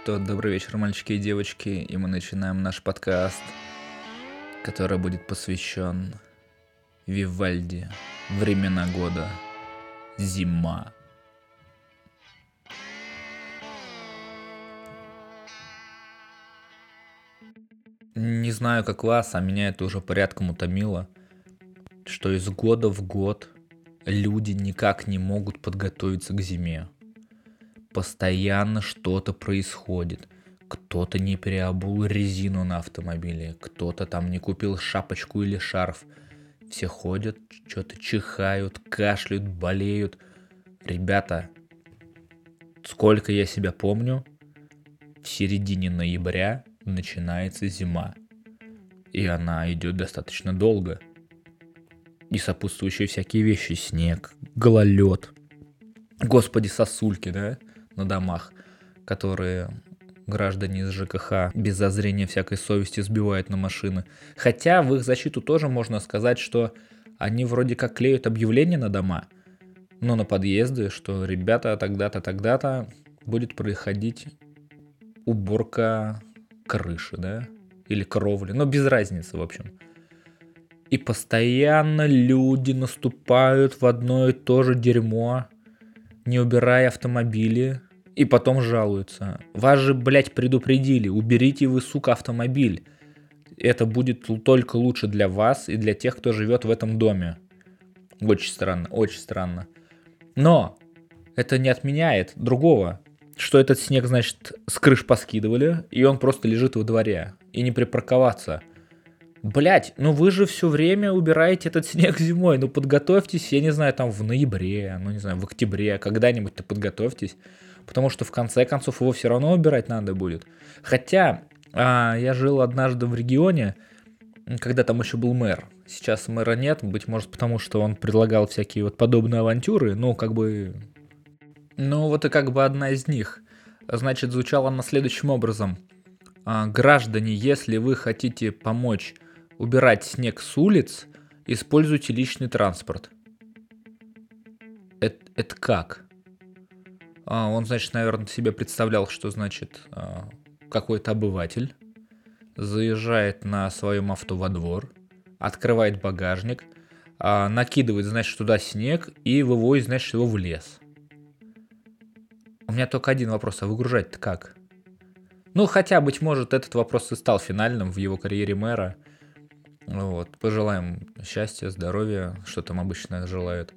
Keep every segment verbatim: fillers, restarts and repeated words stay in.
То добрый вечер, мальчики и девочки, и мы начинаем наш подкаст, который будет посвящен Вивальди, времена года, зима. Не знаю, как вас, а меня это уже порядком утомило, что из года в год люди никак не могут подготовиться к зиме. Постоянно что-то происходит. Кто-то не переобул резину на автомобиле, кто-то там не купил шапочку или шарф. Все ходят, что-то чихают, кашляют, болеют. Ребята, сколько я себя помню, в середине ноября начинается зима. И она идет достаточно долго. И сопутствующие всякие вещи: снег, гололед, господи, сосульки, да, на домах, которые граждане из ЖКХ без зазрения всякой совести сбивают на машины. Хотя в их защиту тоже можно сказать, что они вроде как клеют объявления на дома, но на подъезды, что ребята, тогда-то, тогда-то будет происходить уборка крыши, да, или кровли, но без разницы, в общем. И постоянно люди наступают в одно и то же дерьмо, не убирая автомобили, и потом жалуются. Вас же, блядь, предупредили, уберите вы, сука, автомобиль. Это будет только лучше для вас и для тех, кто живет в этом доме. Очень странно, очень странно. Но это не отменяет другого, что этот снег, значит, с крыш поскидывали, и он просто лежит во дворе, и не припарковаться. Блять, ну вы же все время убираете этот снег зимой, ну подготовьтесь, я не знаю, там в ноябре, ну не знаю, в октябре, когда-нибудь-то подготовьтесь, потому что в конце концов его все равно убирать надо будет. Хотя а, я жил однажды в регионе, когда там еще был мэр, сейчас мэра нет, быть может потому, что он предлагал всякие вот подобные авантюры, ну как бы, ну вот и как бы одна из них, значит, звучала она следующим образом: а, граждане, если вы хотите помочь убирать снег с улиц, используйте личный транспорт. Это, это как? А, он, значит, наверное, себе представлял, что, значит, а, какой-то обыватель заезжает на своем авто во двор, открывает багажник, а, накидывает, значит, туда снег и вывозит, значит, его в лес. У меня только один вопрос: а выгружать-то как? Ну, хотя, быть может, этот вопрос и стал финальным в его карьере мэра. Вот. Пожелаем счастья, здоровья, что там обычно желают.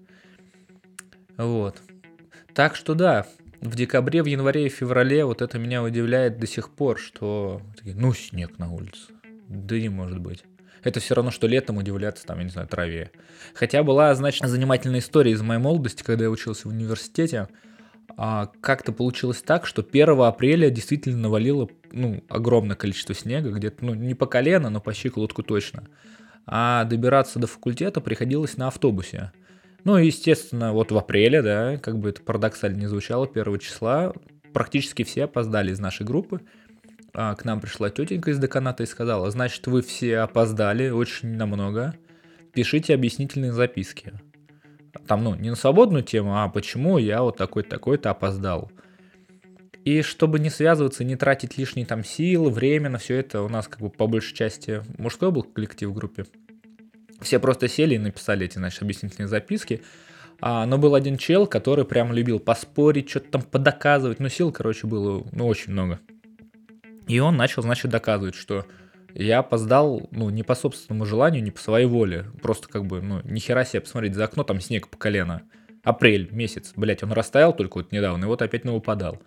Вот. Так что да, в декабре, в январе и феврале вот это меня удивляет до сих пор, что ну снег на улице. Да не может быть. Это все равно, что летом удивляться, там, я не знаю, траве. Хотя была, значит, занимательная история из моей молодости, когда я учился в университете. А как-то получилось так, что первого апреля действительно навалило, ну, огромное количество снега, где-то, ну, не по колено, но по щиколотку точно. А добираться до факультета приходилось на автобусе. Ну, естественно, вот в апреле, да, как бы это парадоксально не звучало, первого числа практически все опоздали из нашей группы. А к нам пришла тетенька из деканата и сказала: значит, вы все опоздали очень намного, пишите объяснительные записки. Там, ну, не на свободную тему, а почему я вот такой-то, такой-то опоздал. И чтобы не связываться, не тратить лишние там силы, время на все это, у нас как бы по большей части мужской был коллектив в группе. Все просто сели и написали эти, значит, объяснительные записки. А, но был один чел, который прям любил поспорить, что-то там подоказывать. Ну, сил, короче, было, ну, очень много. И он начал, значит, доказывать, что я опоздал, ну, не по собственному желанию, не по своей воле. Просто как бы, ну, нихера себе, посмотрите, за окно там снег по колено. Апрель месяц, блять, он растаял только вот недавно, и вот опять на выпадал.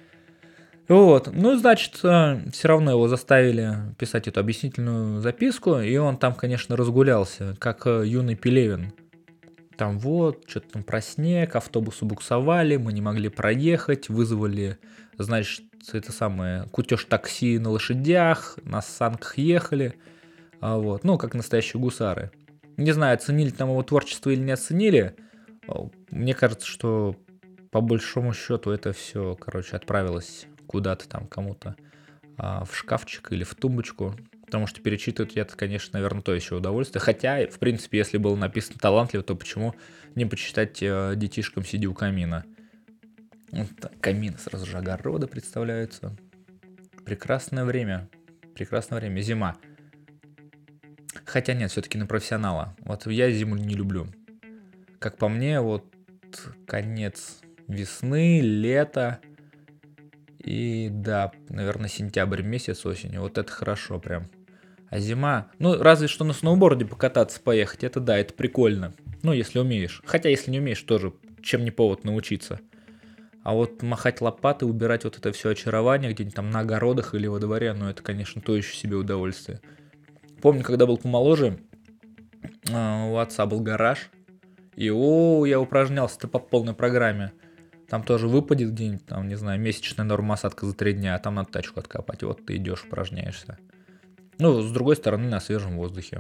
Вот, ну, значит, все равно его заставили писать эту объяснительную записку, и он там, конечно, разгулялся, как юный Пелевин. Там вот, что-то там про снег, автобусы буксовали, мы не могли проехать, вызвали, значит, это самое, кутеж такси на лошадях, на санках ехали, а вот, ну, как настоящие гусары. Не знаю, оценили там его творчество или не оценили, мне кажется, что по большому счету это все, короче, отправилось куда-то там кому-то а, в шкафчик или в тумбочку, потому что перечитывать это, конечно, наверное, то еще удовольствие. Хотя, в принципе, если было написано талантливо, то почему не почитать э, детишкам, сидя у камина? Вот так, камин, сразу же огороды представляются. Прекрасное время. Прекрасное время. Зима. Хотя нет, все-таки на профессионала. Вот я зиму не люблю. Как по мне, вот конец весны, лето и, да, наверное, сентябрь месяц осенью. Вот это хорошо прям. А зима, ну, разве что на сноуборде покататься, поехать, это да, это прикольно. Ну, если умеешь. Хотя, если не умеешь, тоже чем не повод научиться. А вот махать лопатой, убирать вот это все очарование где-нибудь там на огородах или во дворе, ну, это, конечно, то еще себе удовольствие. Помню, когда был помоложе, а, у отца был гараж, и о, я упражнялся-то по полной программе. Там тоже выпадет где-нибудь, там, не знаю, месячная норма осадка за три дня, а там надо тачку откопать. И вот ты идешь, упражняешься. Ну, с другой стороны, на свежем воздухе.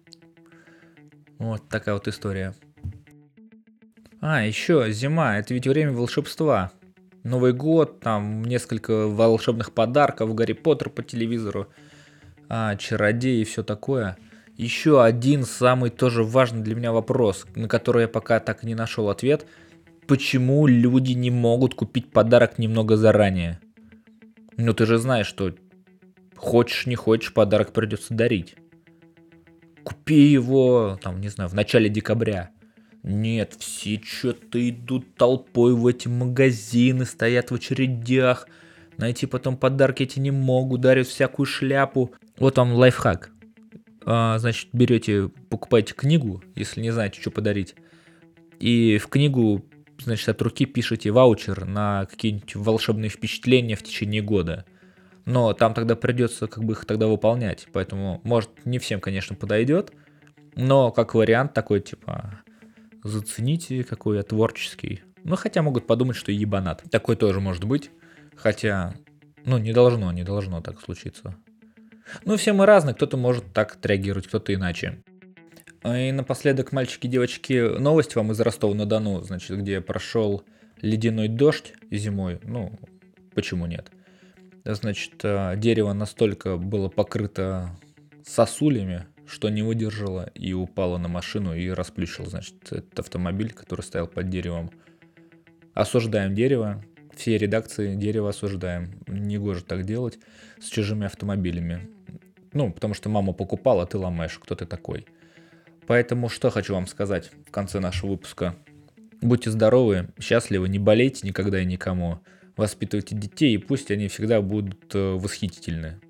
Вот такая вот история. А, еще зима, это ведь время волшебства. Новый год, там несколько волшебных подарков, Гарри Поттер по телевизору, а, чародей и все такое. Еще один самый тоже важный для меня вопрос, на который я пока так и не нашел ответ. Почему люди не могут купить подарок немного заранее? Ну ты же знаешь, что хочешь не хочешь, подарок придется дарить. Купи его, там, не знаю, в начале декабря. Нет, все что-то идут толпой в эти магазины, стоят в очередях. Найти потом подарки эти не могут, дарят всякую шляпу. Вот вам лайфхак. А, значит, берете, покупаете книгу, если не знаете, что подарить. И в книгу, значит, от руки пишите ваучер на какие-нибудь волшебные впечатления в течение года. Но там тогда придется как бы их тогда выполнять. Поэтому, может, не всем, конечно, подойдет. Но как вариант такой, типа, зацените, какой я творческий. Ну, хотя могут подумать, что ебанат. Такой тоже может быть. Хотя, ну, не должно, не должно так случиться. Ну, все мы разные, кто-то может так отреагировать, кто-то иначе. И напоследок, мальчики и девочки, новость вам из Ростова-на-Дону, значит, где прошел ледяной дождь зимой. Ну, почему нет? Значит, дерево настолько было покрыто сосулями, что не выдержало и упало на машину и расплющило, значит, этот автомобиль, который стоял под деревом. Осуждаем дерево. Все редакции дерево осуждаем. Негоже так делать с чужими автомобилями. Ну, потому что мама покупала, а ты ломаешь. Кто ты такой? Поэтому что хочу вам сказать в конце нашего выпуска. Будьте здоровы, счастливы, не болейте никогда и никому. Воспитывайте детей, и пусть они всегда будут восхитительны.